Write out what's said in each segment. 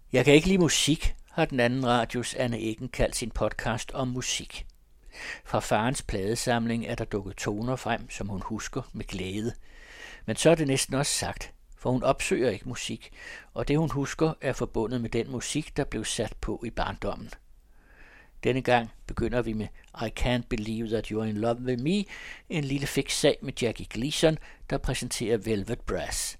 Jeg kan ikke lide musik, har den anden radios Anne Eggen kaldt sin podcast om musik. Fra farens pladesamling er der dukket toner frem, som hun husker med glæde. Men så er det næsten også sagt, for hun opsøger ikke musik, og det hun husker er forbundet med den musik, der blev sat på i barndommen. Denne gang begynder vi med I Can't Believe That You're In Love With Me, en lille fix sag med Jackie Gleason, der præsenterer Velvet Brass.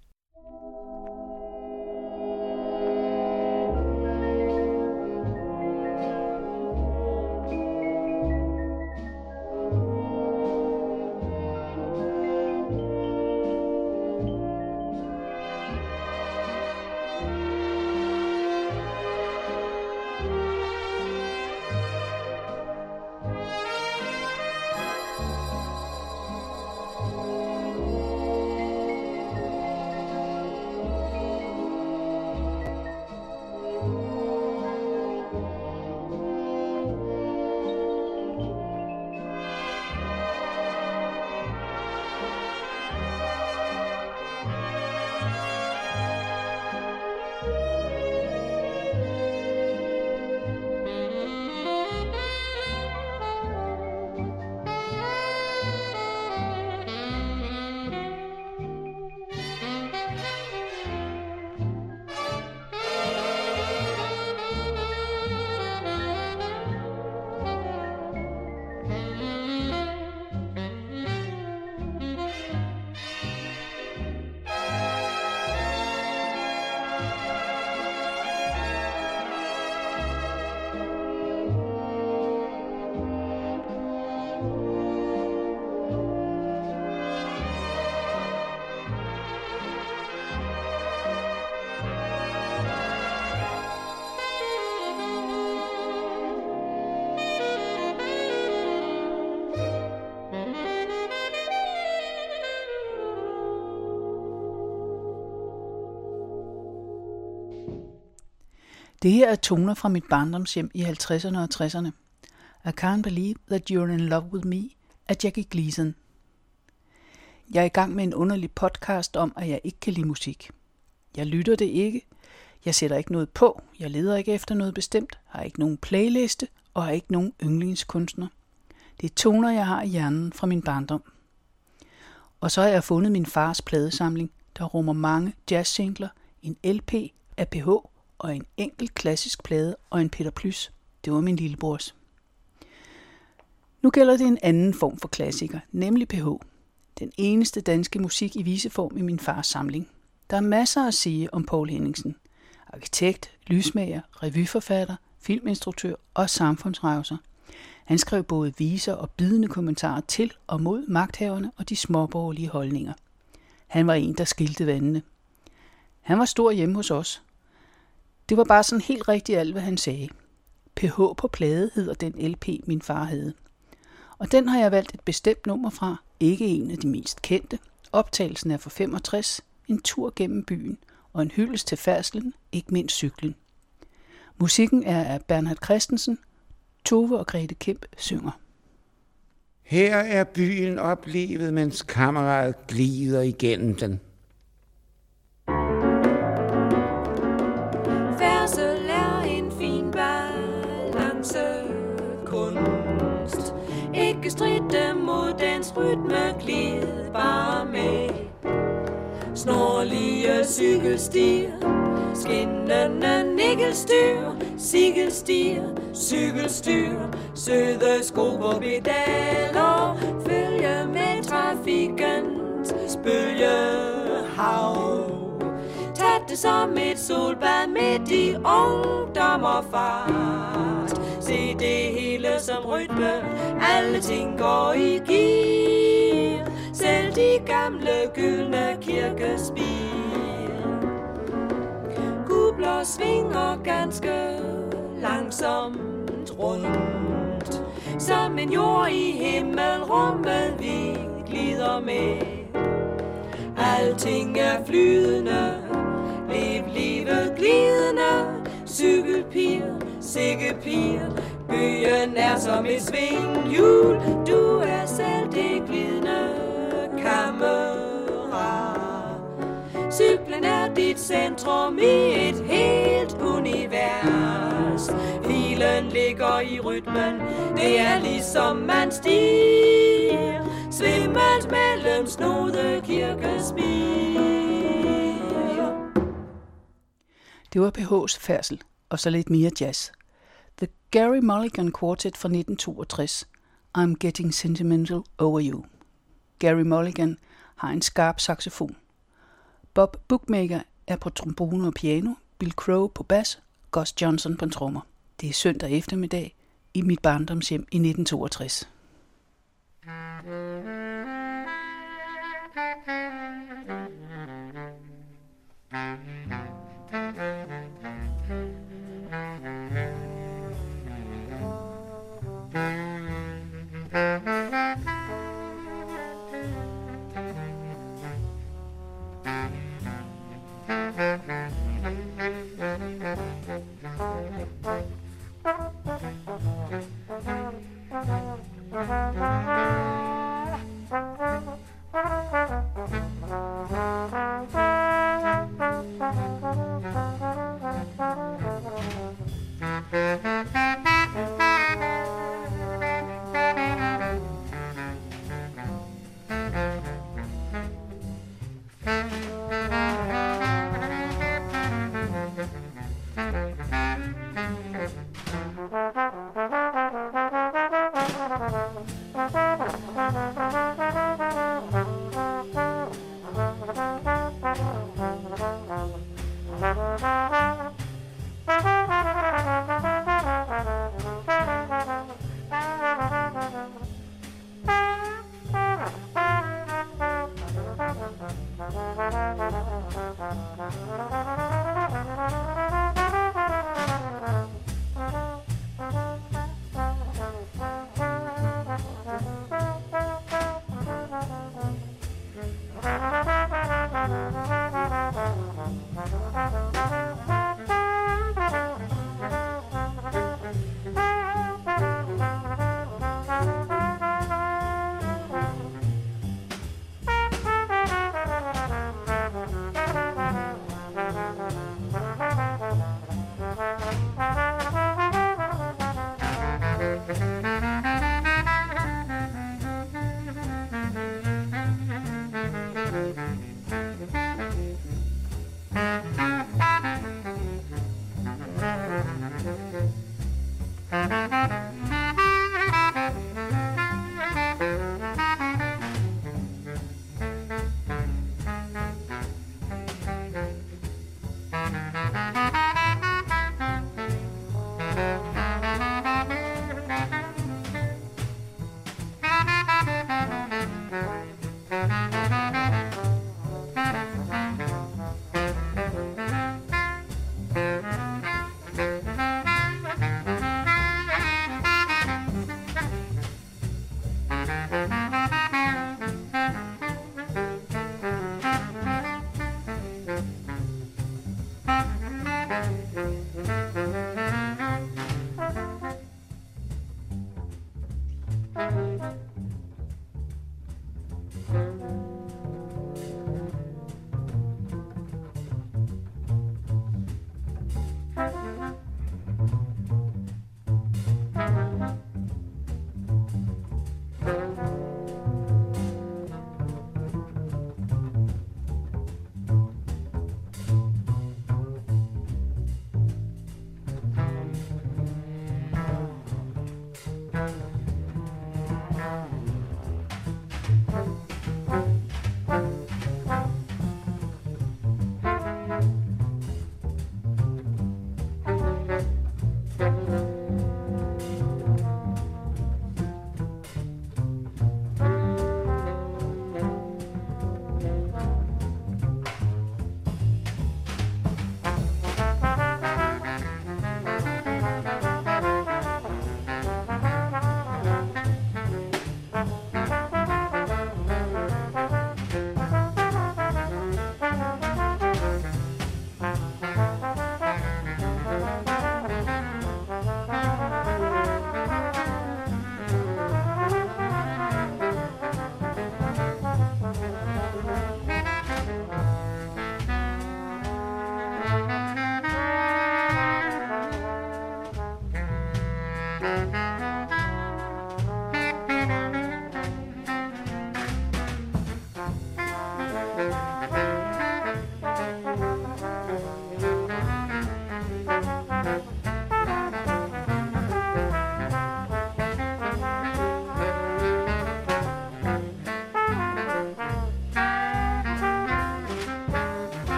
Det her er toner fra mit barndomshjem i 50'erne og 60'erne. I Can't Believe That You're In Love With Me af Jackie Gleason. Jeg er i gang med en underlig podcast om, at jeg ikke kan lide musik. Jeg lytter det ikke. Jeg sætter ikke noget på. Jeg leder ikke efter noget bestemt. Har ikke nogen playliste og har ikke nogen yndlingskunstner. Det er toner, jeg har i hjernen fra min barndom. Og så har jeg fundet min fars pladesamling, der rummer mange jazzsingler, en LP af PH og en enkelt klassisk plade og en Peter Plys. Det var min lillebrors. Nu gælder det en anden form for klassiker, nemlig PH. Den eneste danske musik i viseform i min fars samling. Der er masser at sige om Poul Henningsen. Arkitekt, lysmager, revyforfatter, filminstruktør og samfundsrejser. Han skrev både viser og bidende kommentarer til og mod magthaverne og de småborgerlige holdninger. Han var en, der skilte vandene. Han var stor hjemme hos os. Det var bare sådan helt rigtigt alt, hvad han sagde. PH på plade hedder den LP, min far havde. Og den har jeg valgt et bestemt nummer fra, ikke en af de mest kendte. Optagelsen er fra 65, en tur gennem byen og en hyldest til færdslen, ikke mindst cyklen. Musikken er af Bernhard Christensen. Tove og Grete Kemp synger. Her er byen oplevet, mens kammerat glider igennem den. Færdsel er en fin balancekunst. Ikke stridte mod dens rytme, glid bare med. Snorlige cykelstier, skinnende nikkelstyr, cykelstier, cykelstyr, søde sko på pedaler, følge med trafikens bølgehav. Tag det som et solbad midt i ungdom og fart. Se det hele som rytme, alle ting går i gear. Selv de gamle gyldne kirkespir. Gubler svinger ganske langsomt rundt. Som en jord i himmelrummet vi glider med. Alting er flydende, lev livet glidende. Cykelpiger, sikkepiger, byen er som et svinghjul. Du er selv det glidende kammerat. Cyklen er dit centrum i et helt i rytmen. Det er ligesom man stiger, svimmelt mellem Snude kirkespir. Det var PH's Færdsel, og så lidt mere jazz. The Gary Mulligan Quartet fra 1962, I'm Getting Sentimental Over You. Gary Mulligan har en skarp saxofon. Bob Bookmaker er på trombone og piano, Bill Crow på bas, Gus Johnson på trommer. Det er søndag eftermiddag i mit barndomshjem i 1962.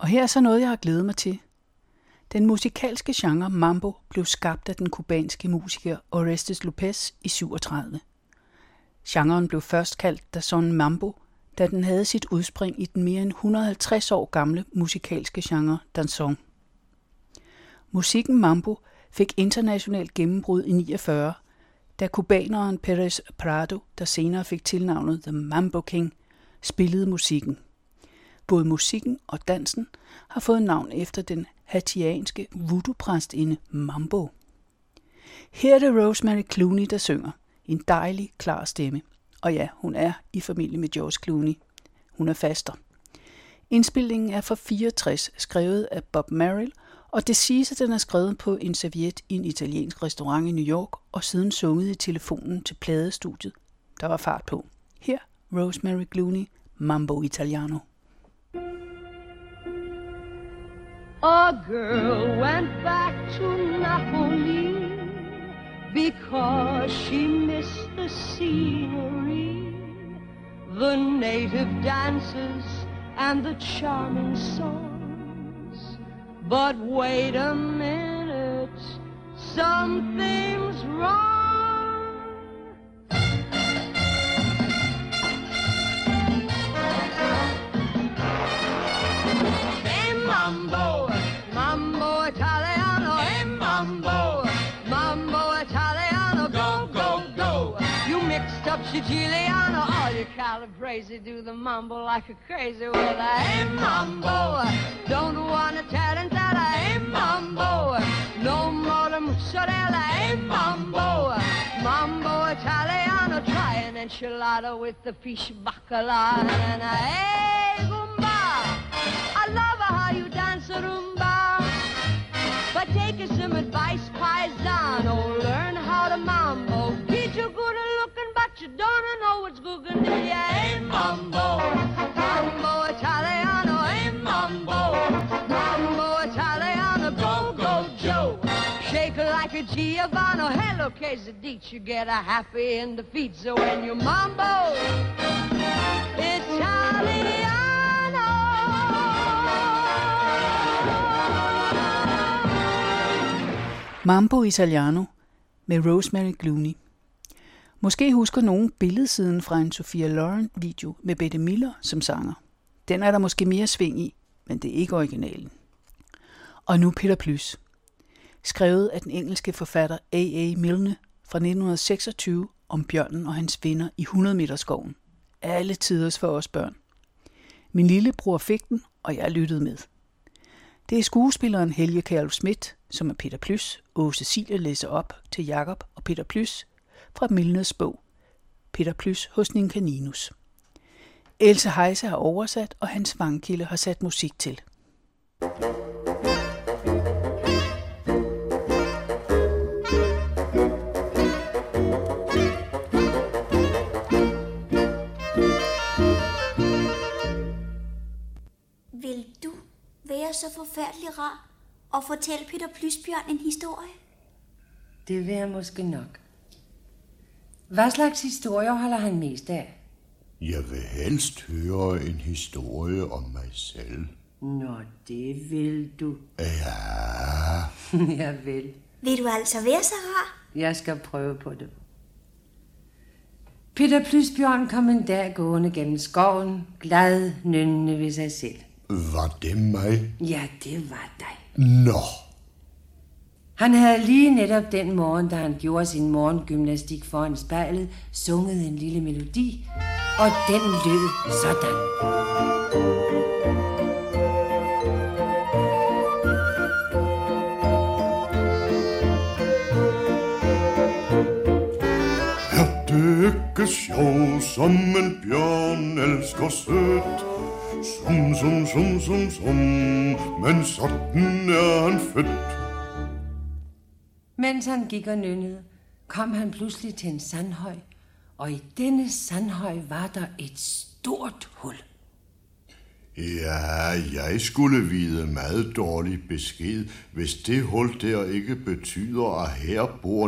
Og her er så noget, jeg har glædet mig til. Den musikalske genre mambo blev skabt af den kubanske musiker Orestes Lopez i 37. Genren blev først kaldt Dazón Mambo, da den havde sit udspring i den mere end 150 år gamle musikalske genre danzón. Musikken mambo fik internationalt gennembrud i 49, da kubaneren Pérez Prado, der senere fik tilnavnet The Mambo King, spillede musikken. Både musikken og dansen har fået navn efter den haitianske voodoo-præstinde Mambo. Her er det Rosemary Clooney, der synger. En dejlig, klar stemme. Og ja, hun er i familie med George Clooney. Hun er faster. Indspilningen er fra 64, skrevet af Bob Merrill, og det siges, at den er skrevet på en serviet i en italiensk restaurant i New York, og siden sunget i telefonen til pladestudiet. Der var fart på. Her Rosemary Clooney, Mambo Italiano. A girl went back to Napoli because she missed the scenery, the native dances and the charming songs. But wait a minute, something's wrong. Hey mambo, mambo Italiano, hey mambo, mambo Italiano, go, go, go. You mixed up Siciliano, all you Calabrese do the mambo like a crazy. Well, hey mambo, don't want a tarantella, hey mambo, no more than mozzarella, hey mambo, mambo Italiano, try an enchilada with the fish bacala, and hey gumba, I love how you dance a rumba, but take some advice, paisano, learn how to mambo, get you good at looking, but you don't know what's cooking, do ya? Hey mambo, mambo Italiano, hey mambo, mambo Italiano, go, go, Joe, shake it like a Giovanni, hello, quesadilla, you get a happy in the feet, so when you mambo Italiano. Mambo Italiano med Rosemary Clooney. Måske husker nogen billedsiden fra en Sophia Loren-video med Bette Miller som sanger. Den er der måske mere sving i, men det er ikke originalen. Og nu Peter Plys. Skrevet af den engelske forfatter A.A. Milne fra 1926 om bjørnen og hans venner i 100-meterskoven. Alle tiders for os børn. Min lillebror fik den, og jeg lyttede med. Det er skuespilleren Helge Kjærulff Schmidt, som er Peter Plys, og Cecilie læser op til Jakob og Peter Plys fra Milnes bog Peter Plys hos Ninkaninus. Else Heise har oversat, og Hans Vangkilde har sat musik til. Vil du være så forfærdelig rar og fortælle Peter Plysbjørn en historie? Det vil jeg måske nok. Hvad slags historier holder han mest af? Jeg vil helst høre en historie om mig selv. Nå, det vil du. Ja. Jeg vil. Vil du altså være så rar? Jeg skal prøve på det. Peter Plysbjørn kom en dag gående gennem skoven, glad nynnende ved sig selv. Var det mig? Ja, det var dig. Nå. Han havde lige netop den morgen, da han gjorde sin morgengymnastik foran spejlet, sunget en lille melodi, og den lød sådan. Er det ikke sjovt, som en bjørn elsker sødt? Sum, sum, sum, sum, sum, men sådan er han født. Mens han gik og nynnede, kom han pludselig til en sandhøj, og i denne sandhøj var der et stort hul. Ja, jeg skulle vide meget dårlig besked, hvis det hul der ikke betyder, at her bor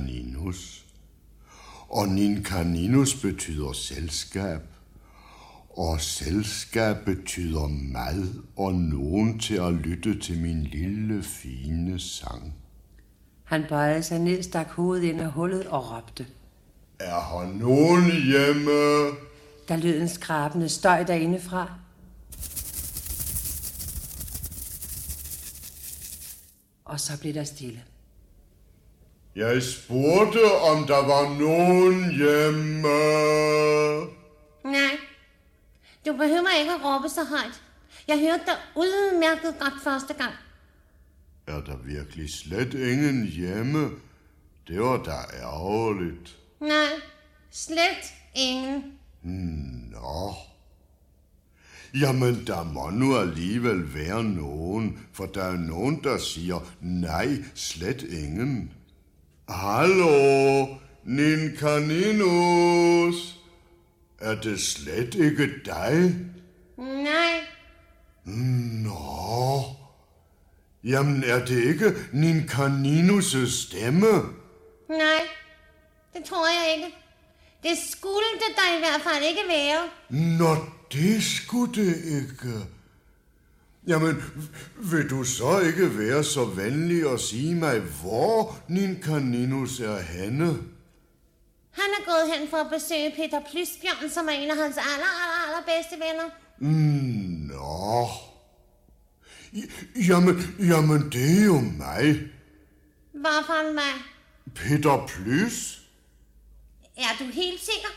Ninkaninus. Og Ninkaninus betyder selskab. Og selskab betyder mad og nogen til at lytte til min lille, fine sang. Han bøjede sig ned, stak hovedet ind af hullet og råbte. Er her nogen hjemme? Der lød en skrabende støj derindefra. Og så blev der stille. Jeg spurgte, om der var nogen hjemme. Nej, du behøver ikke at råbe så højt. Jeg hørte dig udmærket godt første gang. Er der virkelig slet ingen hjemme? Det var da ærgerligt. Nej, slet ingen. Nå. Jamen, der må nu alligevel være nogen, for der er nogen, der siger, nej, slet ingen. Hallo, Nin Caninus. Er det slet ikke dig? Nej. Nå. Jamen, er det ikke Nin Caninus' stemme? Nej, det tror jeg ikke. Det skulle det da i hvert fald ikke være. Nå, det skulle det ikke. Jamen, vil du så ikke være så venlig at sige mig, hvor Nin Caninus er henne? Han er gået hen for at besøge Peter Plysbjørn, som er en af hans allerbedste venner. Nå. Jamen, det er jo mig. Hvad for en mig? Peter Plys? Er du helt sikker?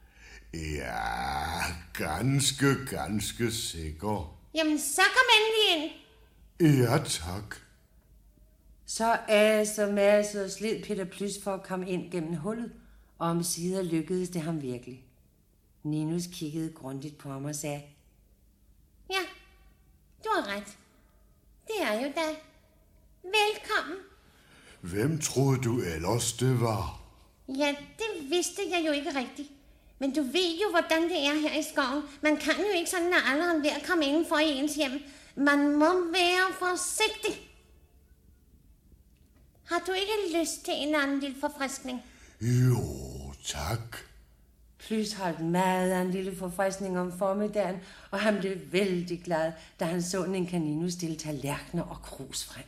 Ja, ganske sikker. Jamen, så kom endelig ind. Ja, tak. Så Mads og slid Peter Plys for at komme ind gennem hullet, og omsider lykkedes det ham virkelig. Ninus kiggede grundigt på ham og sagde, ja, du har ret. Det er jo da. Velkommen. Hvem troede du ellers, det var? Ja, det vidste jeg jo ikke rigtigt. Men du ved jo, hvordan det er her i skoven. Man kan jo ikke sådan, når alle er ved at komme indenfor i ens hjem. Man må være forsigtig. Har du ikke lyst til en anden lille forfriskning? Jo, tak. Plys holdt meget af en lille forfriskning om formiddagen, og han blev vældig glad, da han så Nin Caninus stille tallerkener og krus frem.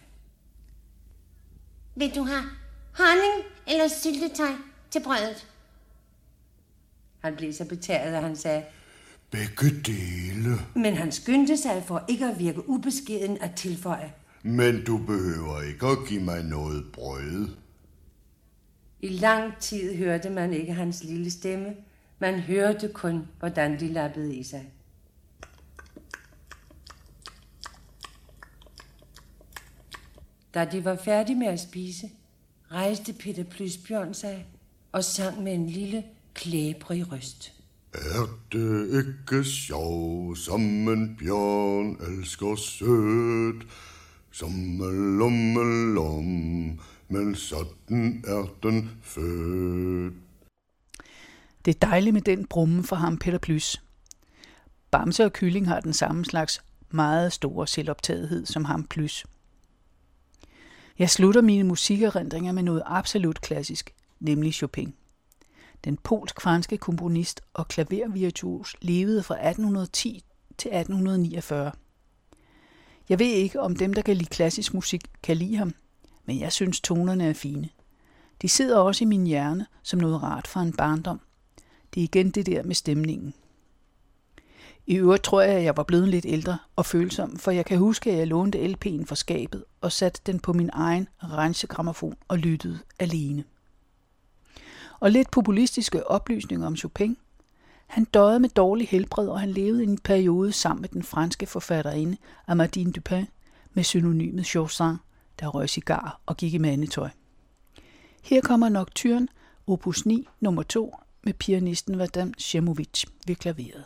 Vil du have honning eller syltetøj til brødet? Han blev så betaget, at han sagde, begge dele. Men han skyndte sig for ikke at virke ubeskeden at tilføje. Men du behøver ikke at give mig noget brød. I lang tid hørte man ikke hans lille stemme. Man hørte kun, hvordan de lappede i sig. Da de var færdige med at spise, rejste Peter Plysbjørn sig og sang med en lille, klæbrig røst. Er det ikke sjov, som en bjørn elsker sødt, sommelommelom, men sådan er den født. Det er dejligt med den brumme for ham, Peter Plys. Bamse og kylling har den samme slags meget store selvoptagethed som ham Plys. Jeg slutter mine musikerindringer med noget absolut klassisk, nemlig Chopin. Den polsk-franske komponist og klavervirtuos levede fra 1810 til 1849. Jeg ved ikke, om dem, der kan lide klassisk musik, kan lide ham, men jeg synes, tonerne er fine. De sidder også i min hjerne som noget rart fra en barndom. Det er igen det der med stemningen. I øvrigt tror jeg, at jeg var blevet lidt ældre og følsom, for jeg kan huske, at jeg lånte LP'en fra skabet og satte den på min egen ranchegrammofon og lyttede alene. Og lidt populistiske oplysninger om Chopin. Han døjede med dårlig helbred, og han levede i en periode sammen med den franske forfatterinde Amandine Dupin med synonymet Chaussin, der røg cigar og gik i mandetøj. Her kommer Nocturne, opus 9, nummer 2, med pianisten Vadim Shemovich ved klaveret.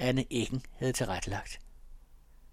Anne Eggen havde tilrettelagt.